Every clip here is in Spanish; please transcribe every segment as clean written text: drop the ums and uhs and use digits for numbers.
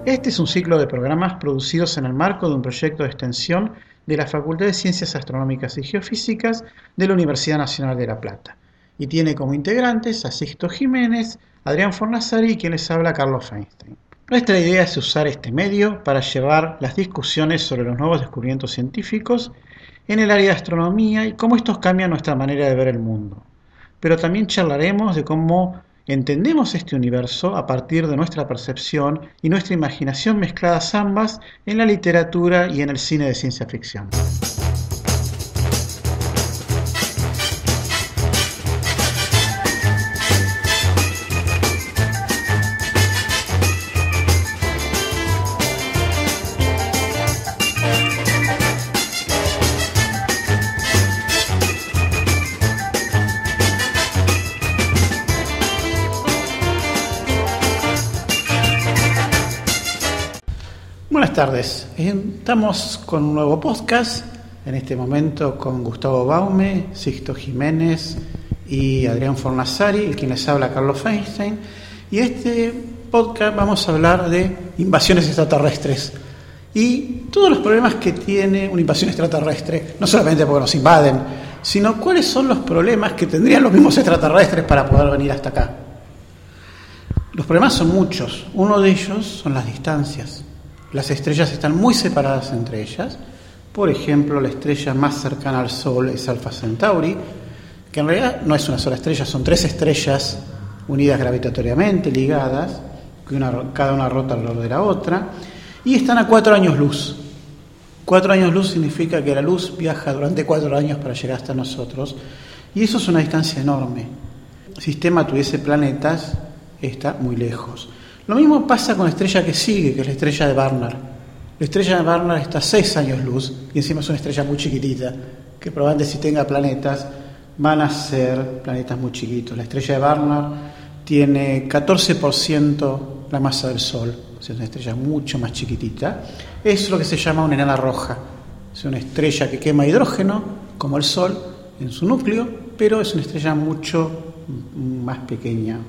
Este es un ciclo de programas producidos en el marco de un proyecto de extensión de la Facultad de Ciencias Astronómicas y Geofísicas de la Universidad Nacional de La Plata y tiene como integrantes a Sixto Jiménez, Adrián Fornazzari y quien les habla, Carlos Feinstein. Nuestra idea es usar este medio para llevar las discusiones sobre los nuevos descubrimientos científicos en el área de astronomía y cómo estos cambian nuestra manera de ver el mundo. Pero también charlaremos de cómo entendemos este universo a partir de nuestra percepción y nuestra imaginación mezcladas ambas en la literatura y en el cine de ciencia ficción. Buenas tardes, estamos con un nuevo podcast, en este momento con Gustavo Baume, Sixto Jiménez y Adrián Fornazzari, el quien les habla, Carlos Feinstein, y este podcast vamos a hablar de invasiones extraterrestres y todos los problemas que tiene una invasión extraterrestre, no solamente porque nos invaden, sino cuáles son los problemas que tendrían los mismos extraterrestres para poder venir hasta acá. Los problemas son muchos, uno de ellos son las distancias. Las estrellas están muy separadas entre ellas. Por ejemplo, la estrella más cercana al Sol es Alpha Centauri, que en realidad no es una sola estrella, son 3 estrellas unidas gravitatoriamente, ligadas, cada una rota alrededor de la otra, y están a 4 años luz. 4 años luz significa que la luz viaja durante 4 años para llegar hasta nosotros, y eso es una distancia enorme. Si el sistema tuviese planetas, está muy lejos. Lo mismo pasa con la estrella que sigue, que es la estrella de Barnard. La estrella de Barnard está a 6 años luz y encima es una estrella muy chiquitita, que probablemente si tenga planetas van a ser planetas muy chiquitos. La estrella de Barnard tiene 14% la masa del Sol, o sea, es una estrella mucho más chiquitita. Es lo que se llama una enana roja. Es una estrella que quema hidrógeno, como el Sol, en su núcleo, pero es una estrella mucho más pequeña.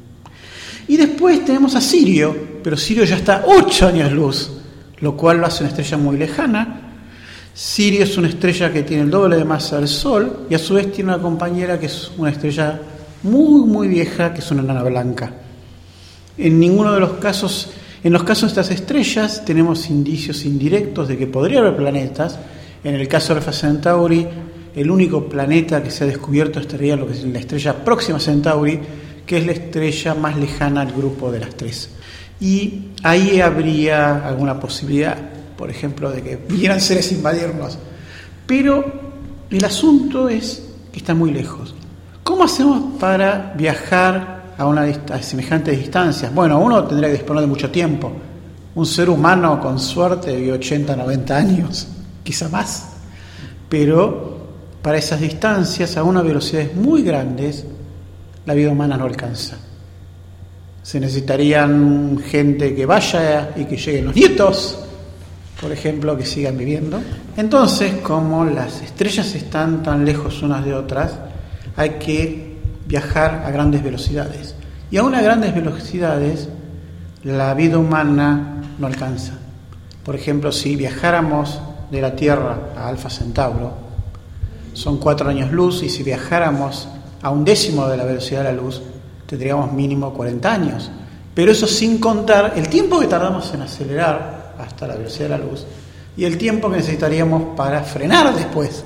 Y después tenemos a Sirio, pero Sirio ya está a 8 años luz, lo cual lo hace una estrella muy lejana. Sirio es una estrella que tiene el doble de masa del Sol y a su vez tiene una compañera que es una estrella muy muy vieja, que es una enana blanca. En ninguno de los casos, en los casos de estas estrellas tenemos indicios indirectos de que podría haber planetas. En el caso de Alpha Centauri, el único planeta que se ha descubierto estaría lo que es la estrella próxima a Centauri, que es la estrella más lejana al grupo de las 3. Y ahí habría alguna posibilidad, por ejemplo, de que vinieran seres a invadirnos. Pero el asunto es que está muy lejos. ¿Cómo hacemos para viajar a semejantes distancias? Bueno, uno tendría que disponer de mucho tiempo. Un ser humano con suerte vive 80, 90 años, quizá más. Pero para esas distancias, a unas velocidades muy grandes, la vida humana no alcanza. Se necesitarían gente que vaya y que lleguen los nietos, por ejemplo, que sigan viviendo. Entonces, como las estrellas están tan lejos unas de otras, hay que viajar a grandes velocidades. Y aún a grandes velocidades, la vida humana no alcanza. Por ejemplo, si viajáramos de la Tierra a Alpha Centauri, son 4 años luz, y si viajáramos a 1/10 de la velocidad de la luz, tendríamos mínimo 40 años. Pero eso sin contar el tiempo que tardamos en acelerar hasta la velocidad de la luz y el tiempo que necesitaríamos para frenar después.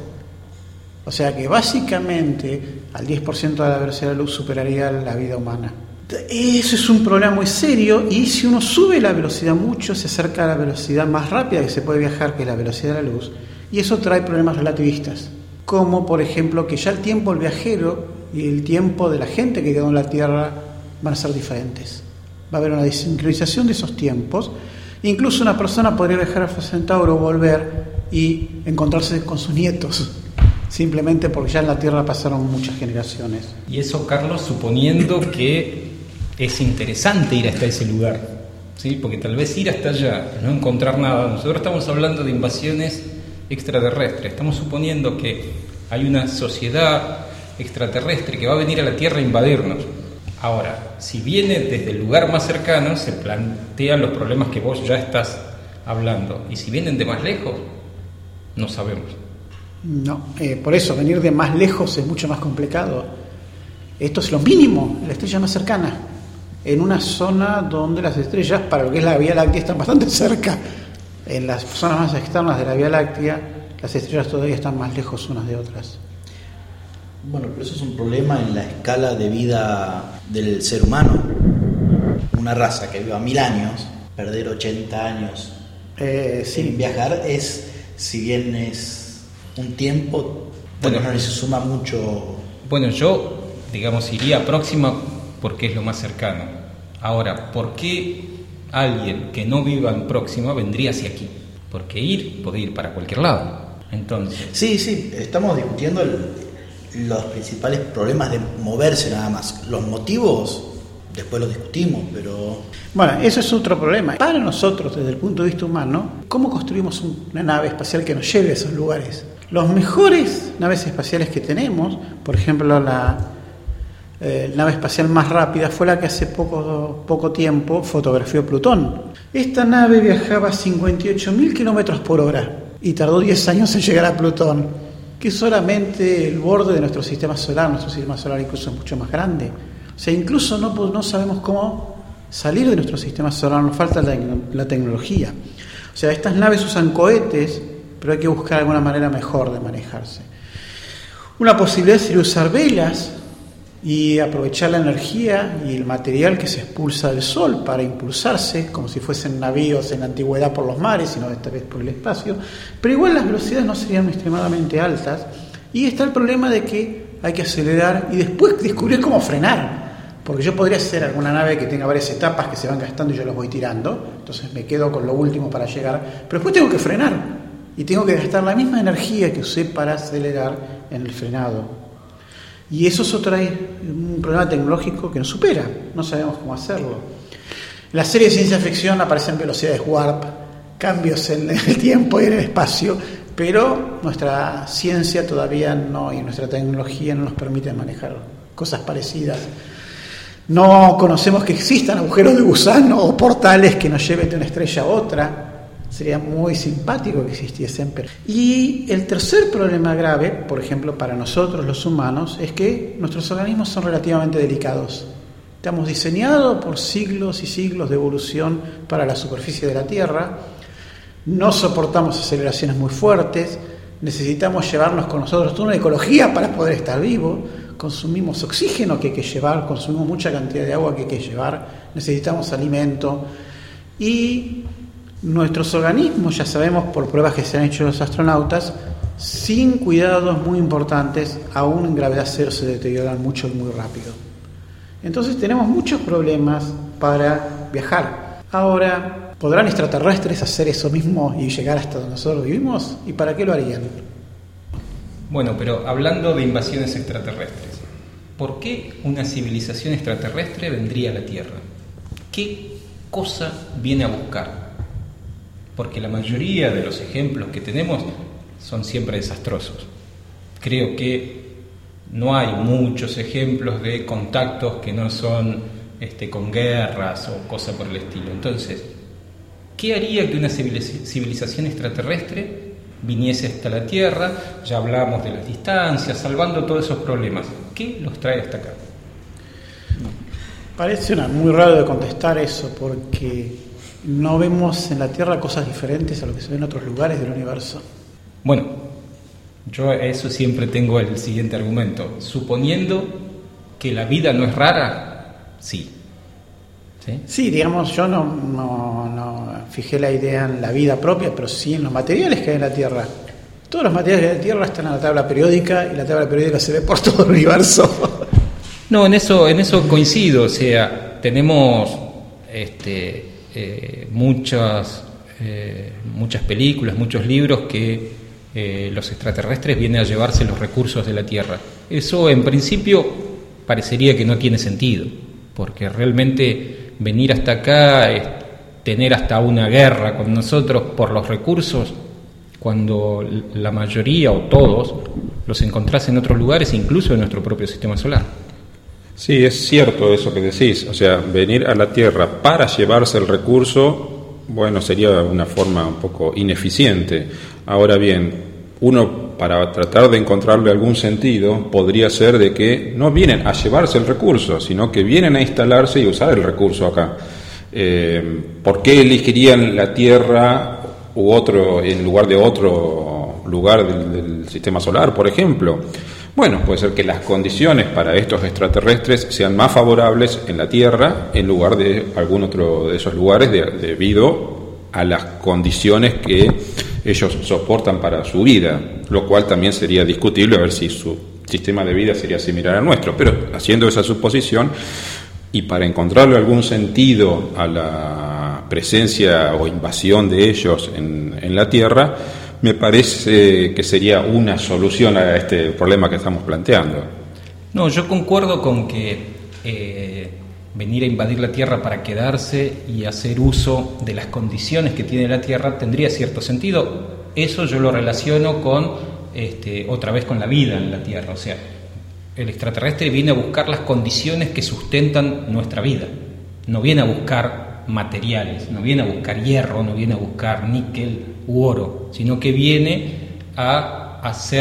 O sea que básicamente al 10% de la velocidad de la luz superaría la vida humana. Eso es un problema muy serio, y si uno sube la velocidad mucho, se acerca a la velocidad más rápida que se puede viajar, que es la velocidad de la luz, y eso trae problemas relativistas, como por ejemplo que ya el tiempo del viajero y el tiempo de la gente que quedó en la Tierra van a ser diferentes. Va a haber una desincronización de esos tiempos. Incluso una persona podría viajar a Alpha Centauri o volver y encontrarse con sus nietos, simplemente porque ya en la Tierra pasaron muchas generaciones. Y eso, Carlos, suponiendo que es interesante ir hasta ese lugar, ¿sí? Porque tal vez ir hasta allá, no encontrar nada. Nosotros estamos hablando de invasiones extraterrestres. Estamos suponiendo que hay una sociedad extraterrestre que va a venir a la Tierra a invadirnos. Ahora, si viene desde el lugar más cercano, se plantean los problemas que vos ya estás hablando. Y si vienen de más lejos, no sabemos. No, por eso venir de más lejos es mucho más complicado. Esto es lo mínimo, la estrella más cercana, en una zona donde las estrellas, para lo que es la Vía Láctea, están bastante cerca. En las zonas más externas de la Vía Láctea, las estrellas todavía están más lejos unas de otras. Bueno, pero eso es un problema en la escala de vida del ser humano. Una raza que viva 1000 años, perder 80 años Sí. en viajar es, si bien es un tiempo, bueno, no se suma mucho. Bueno, yo, digamos, iría a Próxima porque es lo más cercano. Ahora, ¿por qué alguien que no viva en Próxima vendría hacia aquí? Porque puede ir para cualquier lado. Entonces, Sí, estamos discutiendo los principales problemas de moverse nada más. Los motivos después los discutimos, pero... Bueno, eso es otro problema. Para nosotros, desde el punto de vista humano, ¿cómo construimos una nave espacial que nos lleve a esos lugares? Los mejores naves espaciales que tenemos, por ejemplo, la nave espacial más rápida fue la que hace poco tiempo fotografió Plutón. Esta nave viajaba a 58.000 kilómetros por hora y tardó 10 años en llegar a Plutón, que es solamente el borde de nuestro sistema solar. Nuestro sistema solar incluso es mucho más grande. O sea, incluso no sabemos cómo salir de nuestro sistema solar, nos falta la tecnología. O sea, estas naves usan cohetes, pero hay que buscar alguna manera mejor de manejarse. Una posibilidad sería usar velas y aprovechar la energía y el material que se expulsa del Sol para impulsarse, como si fuesen navíos en la antigüedad por los mares, sino esta vez por el espacio. Pero igual las velocidades no serían extremadamente altas, y está el problema de que hay que acelerar y después descubrir cómo frenar. Porque yo podría hacer alguna nave que tenga varias etapas que se van gastando y yo las voy tirando, entonces me quedo con lo último para llegar, pero después tengo que frenar y tengo que gastar la misma energía que usé para acelerar en el frenado. Y eso es un problema tecnológico que nos supera, no sabemos cómo hacerlo. En la serie de ciencia ficción aparecen velocidades warp, cambios en el tiempo y en el espacio, pero nuestra ciencia todavía no, y nuestra tecnología no nos permite manejar cosas parecidas. No conocemos que existan agujeros de gusano o portales que nos lleven de una estrella a otra. Sería muy simpático que existiesen. Y el tercer problema grave, por ejemplo, para nosotros los humanos, es que nuestros organismos son relativamente delicados. Estamos diseñados por siglos y siglos de evolución para la superficie de la Tierra. No soportamos aceleraciones muy fuertes. Necesitamos llevarnos con nosotros toda una ecología para poder estar vivos. Consumimos oxígeno que hay que llevar, consumimos mucha cantidad de agua que hay que llevar, necesitamos alimento, y nuestros organismos, ya sabemos por pruebas que se han hecho los astronautas, sin cuidados muy importantes, aún en gravedad cero se deterioran mucho y muy rápido. Entonces tenemos muchos problemas para viajar. Ahora, ¿podrán extraterrestres hacer eso mismo y llegar hasta donde nosotros vivimos? ¿Y para qué lo harían? bueno, pero hablando de invasiones extraterrestres, ¿por qué una civilización extraterrestre vendría a la Tierra? ¿Qué cosa viene a buscar? Porque la mayoría de los ejemplos que tenemos son siempre desastrosos. Creo que no hay muchos ejemplos de contactos que no son con guerras o cosas por el estilo. Entonces, ¿qué haría que una civilización extraterrestre viniese hasta la Tierra? Ya hablamos de las distancias, salvando todos esos problemas. ¿Qué los trae hasta acá? Parece muy raro de contestar eso, porque no vemos en la Tierra cosas diferentes a lo que se ve en otros lugares del universo. Bueno, yo a eso siempre tengo el siguiente argumento. Suponiendo que la vida no es rara, sí. Sí, digamos, yo no fijé la idea en la vida propia, pero sí en los materiales que hay en la Tierra. Todos los materiales que hay en la Tierra están en la tabla periódica, y la tabla periódica se ve por todo el universo. No, en eso coincido. O sea, tenemos muchas películas, muchos libros que los extraterrestres vienen a llevarse los recursos de la Tierra. Eso en principio parecería que no tiene sentido, porque realmente venir hasta acá es tener hasta una guerra con nosotros por los recursos, cuando la mayoría o todos los encontrás en otros lugares, incluso en nuestro propio sistema solar. Sí, es cierto eso que decís. O sea, venir a la Tierra para llevarse el recurso, bueno, sería una forma un poco ineficiente. Ahora bien, uno, para tratar de encontrarle algún sentido, podría ser de que no vienen a llevarse el recurso, sino que vienen a instalarse y usar el recurso acá. ¿Por qué elegirían la Tierra u otro en lugar de otro lugar del sistema solar, por ejemplo? Bueno, puede ser que las condiciones para estos extraterrestres sean más favorables en la Tierra en lugar de algún otro de esos lugares debido a las condiciones que ellos soportan para su vida, lo cual también sería discutible a ver si su sistema de vida sería similar al nuestro. Pero haciendo esa suposición y para encontrarle algún sentido a la presencia o invasión de ellos en la Tierra, me parece que sería una solución a este problema que estamos planteando. No, yo concuerdo con que venir a invadir la Tierra para quedarse y hacer uso de las condiciones que tiene la Tierra tendría cierto sentido. Eso yo lo relaciono con, otra vez, con la vida en la Tierra. O sea, el extraterrestre viene a buscar las condiciones que sustentan nuestra vida. No viene a buscar materiales, no viene a buscar hierro, no viene a buscar níquel u oro, sino que viene a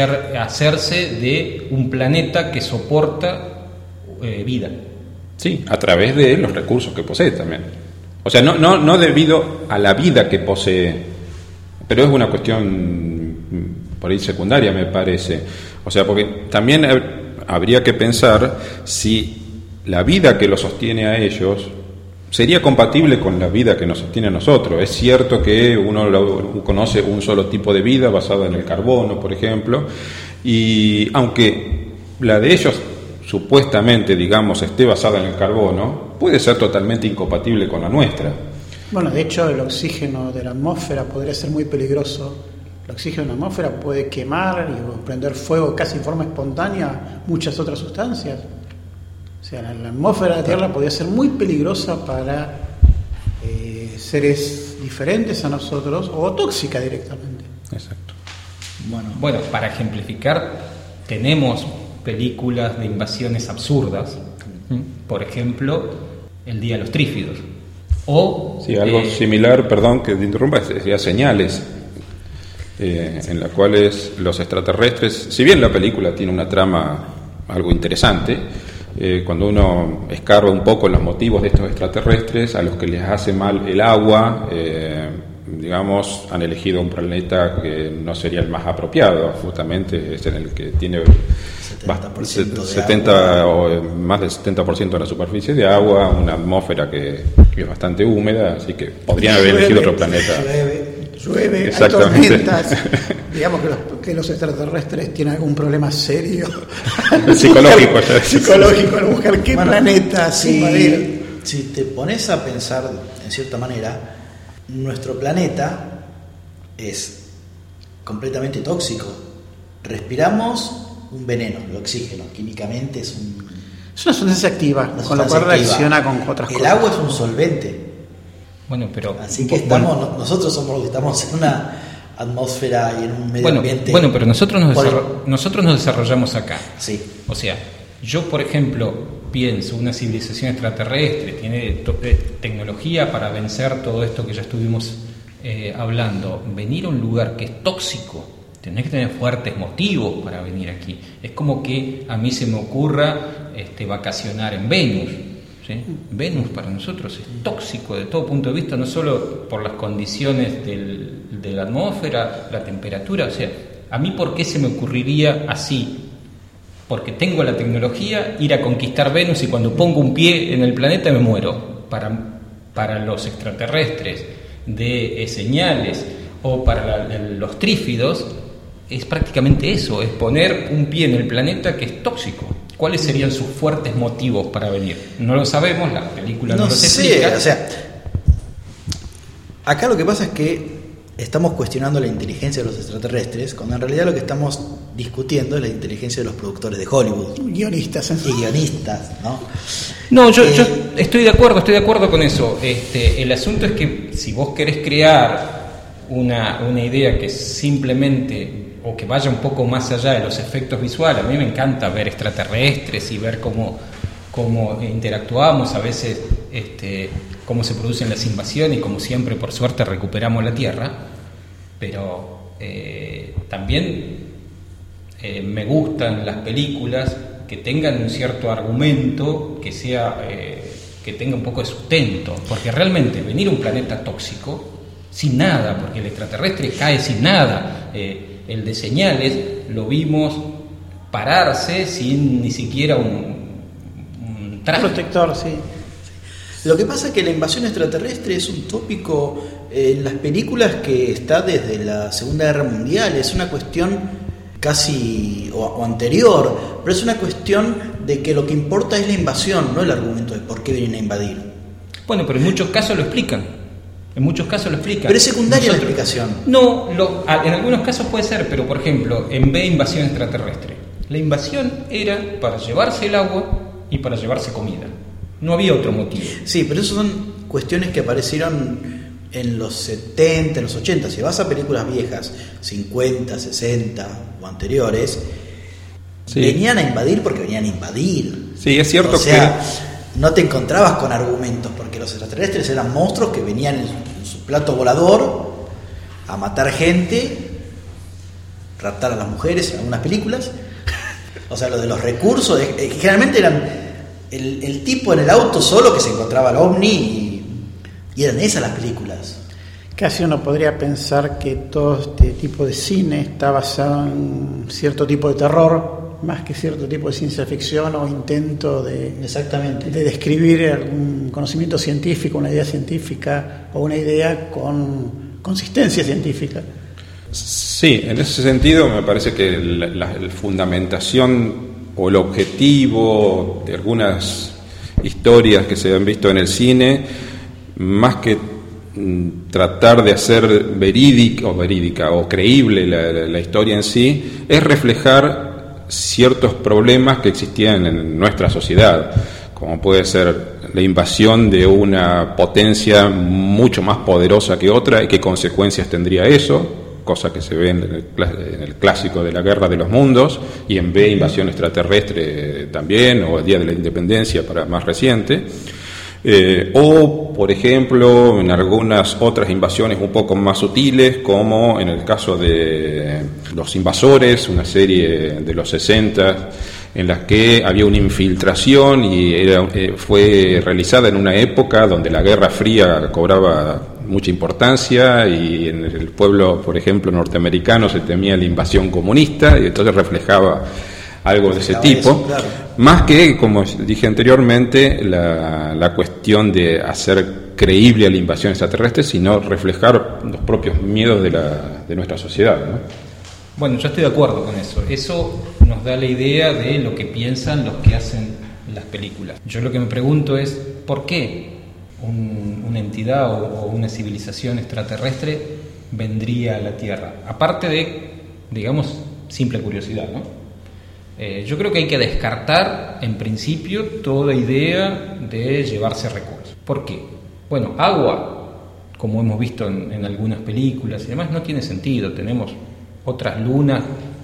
hacerse de un planeta que soporta vida. Sí, a través de los recursos que posee también. O sea, no debido a la vida que posee, pero es una cuestión por ahí secundaria, me parece. O sea, porque también habría que pensar si la vida que lo sostiene a ellos sería compatible con la vida que nos sostiene a nosotros. Es cierto que uno conoce un solo tipo de vida basada en el carbono, por ejemplo, y aunque la de ellos supuestamente, digamos, esté basada en el carbono, puede ser totalmente incompatible con la nuestra. Bueno, de hecho, el oxígeno de la atmósfera podría ser muy peligroso. El oxígeno de la atmósfera puede quemar y prender fuego casi en forma espontánea muchas otras sustancias. O sea, la atmósfera de la Tierra podría ser muy peligrosa para seres diferentes a nosotros o tóxica directamente. Exacto. Bueno, para ejemplificar, tenemos películas de invasiones absurdas. Por ejemplo, El Día de los Trífidos. O sí, algo similar, perdón que te interrumpa, sería Señales, en la cual los extraterrestres, si bien la película tiene una trama algo interesante, cuando uno escarba un poco los motivos de estos extraterrestres, a los que les hace mal el agua, digamos, han elegido un planeta que no sería el más apropiado, justamente es en el que tiene 70 o más del 70% de la superficie de agua, una atmósfera que es bastante húmeda, así que podrían haber elegido otro planeta. Llueve, hay tormentas. Digamos que los extraterrestres tienen algún problema serio psicológico al buscar qué planeta invadir. Si te pones a pensar en cierta manera, nuestro planeta es completamente tóxico. Respiramos un veneno, el oxígeno, químicamente es una sustancia activa, con lo cual reacciona con otras cosas. El agua es un solvente. Bueno, pero así que nosotros somos los que estamos en una atmósfera y en un medio ambiente. Bueno, pero nosotros nos desarrollamos acá. Sí. O sea, yo, por ejemplo, pienso una civilización extraterrestre, tiene tecnología para vencer todo esto que ya estuvimos hablando. Venir a un lugar que es tóxico, tenés que tener fuertes motivos para venir aquí. Es como que a mí se me ocurra vacacionar en Venus. ¿Sí? Venus para nosotros es tóxico de todo punto de vista, no solo por las condiciones de la atmósfera, la temperatura. O sea, a mí, ¿por qué se me ocurriría así? Porque tengo la tecnología, ir a conquistar Venus, y cuando pongo un pie en el planeta me muero. Para los extraterrestres de Señales o para los trífidos es prácticamente eso, es poner un pie en el planeta que es tóxico. ¿Cuáles serían sus fuertes motivos para venir? No lo sabemos, la película no lo explica. O sea, acá lo que pasa es que estamos cuestionando la inteligencia de los extraterrestres, cuando en realidad lo que estamos discutiendo es la inteligencia de los productores de Hollywood. Guionistas, ¿no? No, yo estoy de acuerdo con eso. El asunto es que si vos querés crear una idea que simplemente, o que vaya un poco más allá de los efectos visuales, a mí me encanta ver extraterrestres y ver cómo cómo interactuamos, a veces cómo se producen las invasiones y como siempre, por suerte, recuperamos la Tierra, pero también me gustan las películas que tengan un cierto argumento, que sea que tenga un poco de sustento, porque realmente venir a un planeta tóxico sin nada, porque el extraterrestre cae sin nada, el de señales lo vimos pararse sin ni siquiera un traje. Protector, sí. Lo que pasa es que la invasión extraterrestre es un tópico en las películas que está desde la Segunda Guerra Mundial, es una cuestión casi o anterior, pero es una cuestión de que lo que importa es la invasión, no el argumento de por qué vienen a invadir. Bueno, pero en muchos casos lo explican. Pero es secundaria la explicación. No, en algunos casos puede ser, pero por ejemplo, en B, invasión extraterrestre. La invasión era para llevarse el agua y para llevarse comida. No había otro motivo. Sí, pero eso son cuestiones que aparecieron en los 70, en los 80. Si vas a películas viejas, 50, 60 o anteriores, sí, venían a invadir porque venían a invadir. Sí, es cierto que no te encontrabas con argumentos, porque los extraterrestres eran monstruos que venían en su plato volador a matar gente, raptar a las mujeres en algunas películas. O sea, lo de los recursos, generalmente eran el tipo en el auto solo que se encontraba el ovni y eran esas las películas. Casi uno podría pensar que todo este tipo de cine está basado en cierto tipo de terror, más que cierto tipo de ciencia ficción o intento de describir algún conocimiento científico, una idea científica o una idea con consistencia científica. Sí, en ese sentido me parece que la fundamentación o el objetivo de algunas historias que se han visto en el cine, más que tratar de hacer verídica o creíble la historia en sí, es reflejar ciertos problemas que existían en nuestra sociedad, como puede ser la invasión de una potencia mucho más poderosa que otra y qué consecuencias tendría eso, cosa que se ve en el clásico de la Guerra de los Mundos, y en B, invasión extraterrestre también, o el Día de la Independencia para más reciente. O, por ejemplo, en algunas otras invasiones un poco más sutiles, como en el caso de Los Invasores, una serie de los 60, en la que había una infiltración y fue realizada en una época donde la Guerra Fría cobraba mucha importancia y en el pueblo, por ejemplo, norteamericano se temía la invasión comunista y entonces reflejaba algo de ese tipo, eso, claro. Más que, como dije anteriormente, la cuestión de hacer creíble a la invasión extraterrestre, sino reflejar los propios miedos de nuestra sociedad, ¿no? Bueno, yo estoy de acuerdo con eso. Eso nos da la idea de lo que piensan los que hacen las películas. Yo lo que me pregunto es, ¿por qué una entidad o una civilización extraterrestre vendría a la Tierra? Aparte de, digamos, simple curiosidad, ¿no? Yo creo que hay que descartar, en principio, toda idea de llevarse recursos. ¿Por qué? Bueno, agua, como hemos visto en algunas películas y demás, no tiene sentido. Tenemos otras lunas,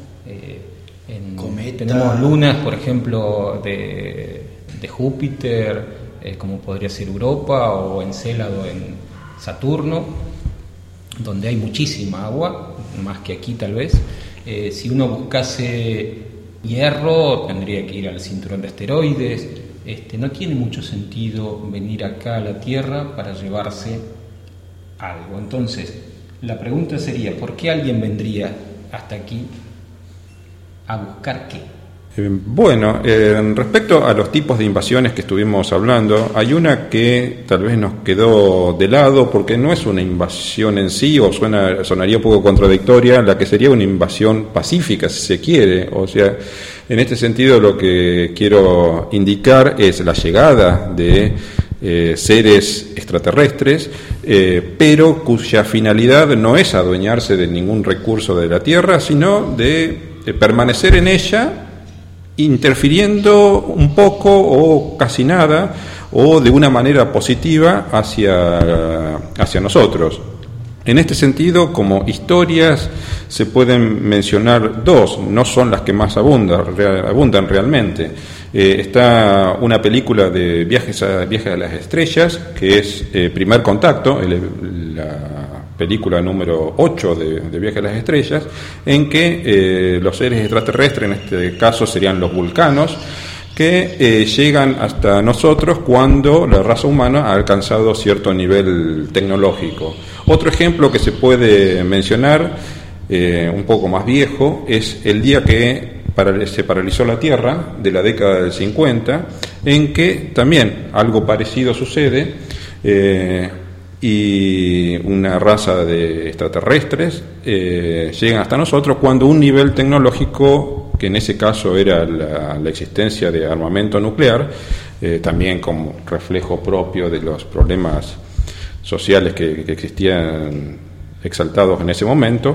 tenemos lunas, por ejemplo, de Júpiter, como podría ser Europa, o Encélado en Saturno, donde hay muchísima agua, más que aquí tal vez. Si uno buscase hierro, tendría que ir al cinturón de asteroides. No tiene mucho sentido venir acá a la Tierra para llevarse algo. Entonces, la pregunta sería, ¿por qué alguien vendría hasta aquí a buscar qué? Bueno, respecto a los tipos de invasiones que estuvimos hablando, hay una que tal vez nos quedó de lado porque no es una invasión en sí, o sonaría un poco contradictoria, la que sería una invasión pacífica, si se quiere. O sea, en este sentido lo que quiero indicar es la llegada de seres extraterrestres, pero cuya finalidad no es adueñarse de ningún recurso de la Tierra, sino de permanecer en ella, interfiriendo un poco o casi nada o de una manera positiva hacia nosotros. En este sentido, como historias se pueden mencionar dos, no son las que más abundan realmente. Está una película de viajes a las estrellas, que es Primer Contacto, la película número 8 de Viaje a las Estrellas, en que los seres extraterrestres, en este caso serían los vulcanos, que llegan hasta nosotros cuando la raza humana ha alcanzado cierto nivel tecnológico. Otro ejemplo que se puede mencionar, un poco más viejo, es el día que se paralizó la Tierra, de la década del 50, en que también algo parecido sucede, y una raza de extraterrestres llegan hasta nosotros cuando un nivel tecnológico, que en ese caso era la existencia de armamento nuclear, también como reflejo propio de los problemas sociales que existían exaltados en ese momento,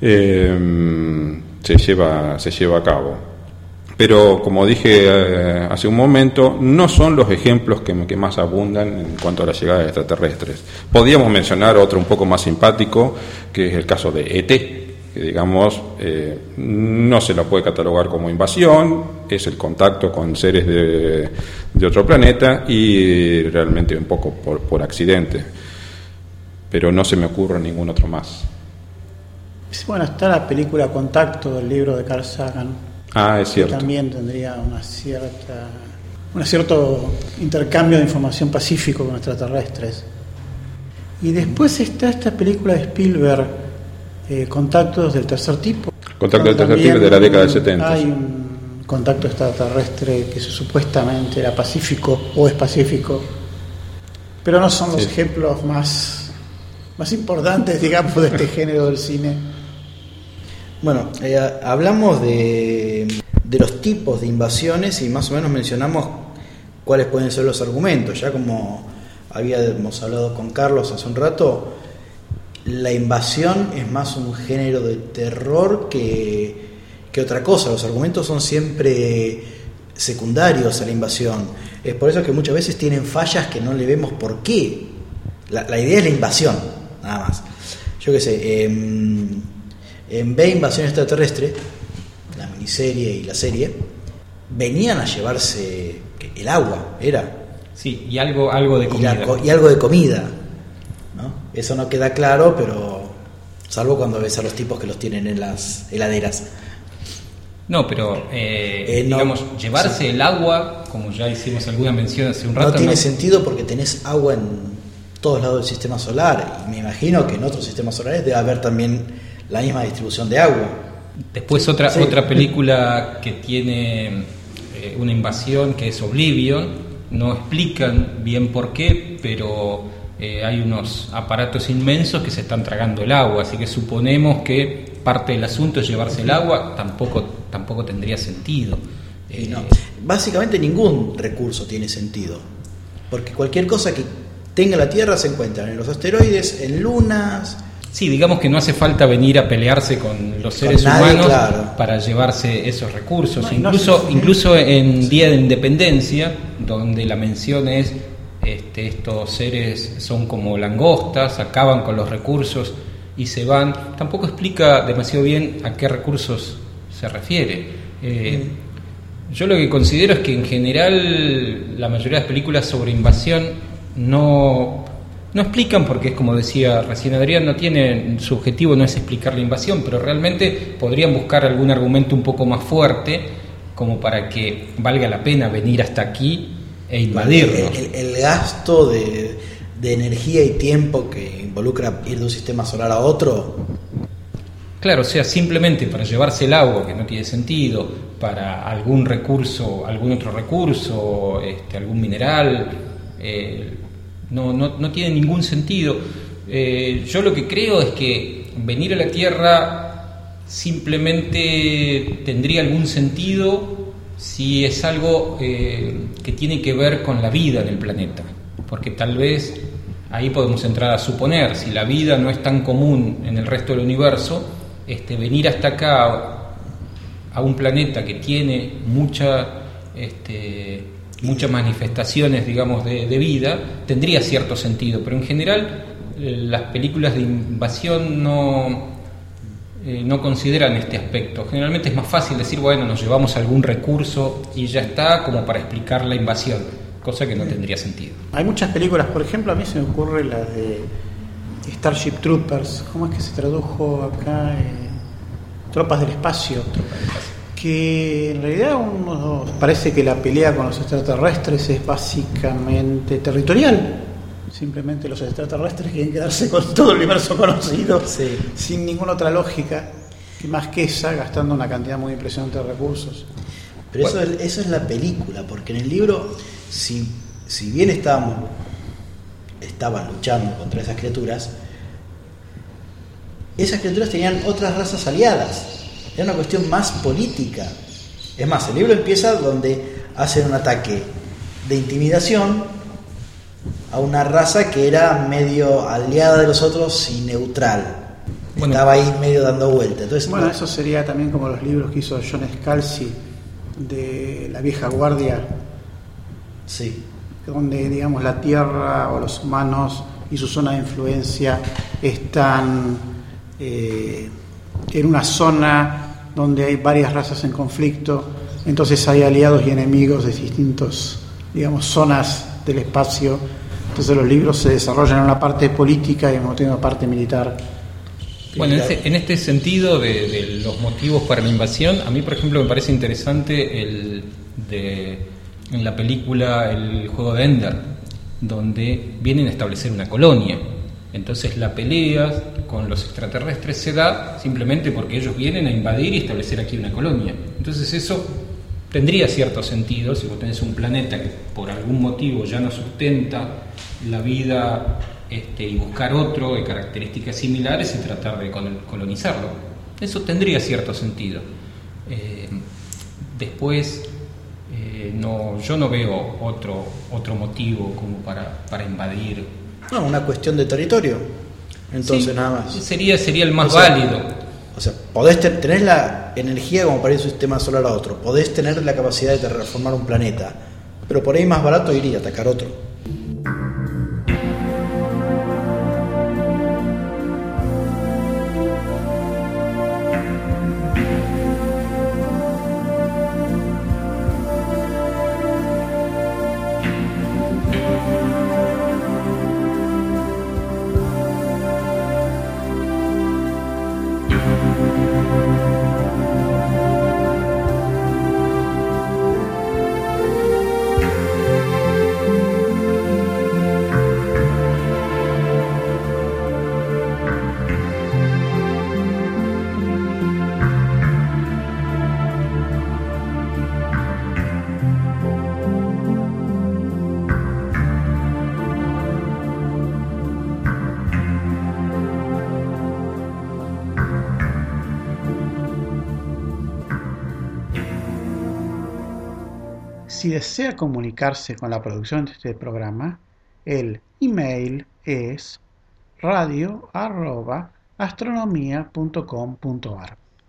se lleva a cabo. Pero, como dije hace un momento, no son los ejemplos que más abundan en cuanto a la llegada de extraterrestres. Podríamos mencionar otro un poco más simpático, que es el caso de ET, que digamos no se la puede catalogar como invasión, es el contacto con seres de otro planeta y realmente un poco por accidente, pero no se me ocurre ningún otro más. Bueno, está la película Contacto del libro de Carl Sagan. Es cierto. Que también tendría un cierto intercambio de información pacífico con extraterrestres. Y después está esta película de Spielberg, Contactos del Tercer Tipo. Contacto del Tercer Tipo de la década del 70. Hay un contacto extraterrestre que supuestamente era pacífico o es pacífico, pero no son los ejemplos más importantes, digamos, de este género del cine. Bueno, hablamos de los tipos de invasiones y más o menos mencionamos cuáles pueden ser los argumentos. Ya como habíamos hablado con Carlos hace un rato, la invasión es más un género de terror que otra cosa. Los argumentos son siempre secundarios a la invasión. Es por eso que muchas veces tienen fallas que no le vemos por qué. La idea es la invasión, nada más. Yo qué sé, en B, Invasión Extraterrestre, la miniserie y la serie, venían a llevarse el agua, era. Sí, y algo de comida. Y algo de comida, ¿no? Eso no queda claro, pero salvo cuando ves a los tipos que los tienen en las heladeras. No, pero digamos, llevarse el agua, como ya hicimos alguna mención hace un rato. No tiene sentido porque tenés agua en todos lados del sistema solar, y me imagino que en otros sistemas solares debe haber también la misma distribución de agua. Después otra película que tiene una invasión, que es Oblivion. No explican bien por qué, pero hay unos aparatos inmensos que se están tragando el agua, así que suponemos que parte del asunto es llevarse el agua. Tampoco tendría sentido. No. Básicamente ningún recurso tiene sentido, porque cualquier cosa que tenga la Tierra se encuentra en los asteroides, en lunas. Sí, digamos que no hace falta venir a pelearse con los seres humanos, claro, para llevarse esos recursos. Incluso en Día de Independencia, donde la mención es estos seres son como langostas, acaban con los recursos y se van. Tampoco explica demasiado bien a qué recursos se refiere. Yo lo que considero es que en general la mayoría de las películas sobre invasión no explican, porque es como decía recién Adrián, su objetivo no es explicar la invasión, pero realmente podrían buscar algún argumento un poco más fuerte como para que valga la pena venir hasta aquí e invadirnos. El gasto de energía y tiempo que involucra ir de un sistema solar a otro. Claro, o sea, simplemente para llevarse el agua, que no tiene sentido, para algún recurso, algún otro recurso, algún mineral, no tiene ningún sentido. Yo lo que creo es que venir a la Tierra simplemente tendría algún sentido si es algo que tiene que ver con la vida en el planeta, porque tal vez ahí podemos entrar a suponer, si la vida no es tan común en el resto del universo, venir hasta acá a un planeta que tiene muchas manifestaciones, digamos, de vida, tendría cierto sentido, pero en general las películas de invasión no no consideran este aspecto. Generalmente es más fácil decir, bueno, nos llevamos algún recurso y ya está, como para explicar la invasión, cosa que no tendría sentido. Hay muchas películas, por ejemplo, a mí se me ocurre la de Starship Troopers, ¿cómo es que se tradujo acá? Tropas del espacio. Que en realidad uno parece que la pelea con los extraterrestres es básicamente territorial. Simplemente los extraterrestres quieren quedarse con todo el universo conocido, sí, sin ninguna otra lógica que más que esa, gastando una cantidad muy impresionante de recursos. Pero bueno, eso es la película, porque en el libro, si bien estaban luchando contra esas criaturas tenían otras razas aliadas. Era una cuestión más política. Es más, el libro empieza donde hacen un ataque de intimidación a una raza que era medio aliada de los otros y neutral. Bueno, estaba ahí medio dando vuelta. Entonces, bueno, eso sería también como los libros que hizo John Scalzi de La Vieja Guardia. Sí. Donde, digamos, la Tierra o los humanos y su zona de influencia están en una zona donde hay varias razas en conflicto, entonces hay aliados y enemigos de distintos, digamos, zonas del espacio. Entonces los libros se desarrollan en una parte política y en una parte militar. Bueno, en este sentido de los motivos para la invasión, a mí, por ejemplo, me parece interesante en la película El juego de Ender, donde vienen a establecer una colonia. Entonces la pelea con los extraterrestres se da simplemente porque ellos vienen a invadir y establecer aquí una colonia. Entonces eso tendría cierto sentido si vos tenés un planeta que por algún motivo ya no sustenta la vida, y buscar otro de características similares y tratar de colonizarlo. Eso tendría cierto sentido. Después yo no veo otro motivo como para invadir. No, una cuestión de territorio. Entonces, sí, nada más. Sería el más válido. O sea, podés tener la energía como para ir de un sistema solar a otro. Podés tener la capacidad de terraformar un planeta. Pero por ahí más barato ir y atacar otro. Si desea comunicarse con la producción de este programa, el email es radio@astronomia.com.ar.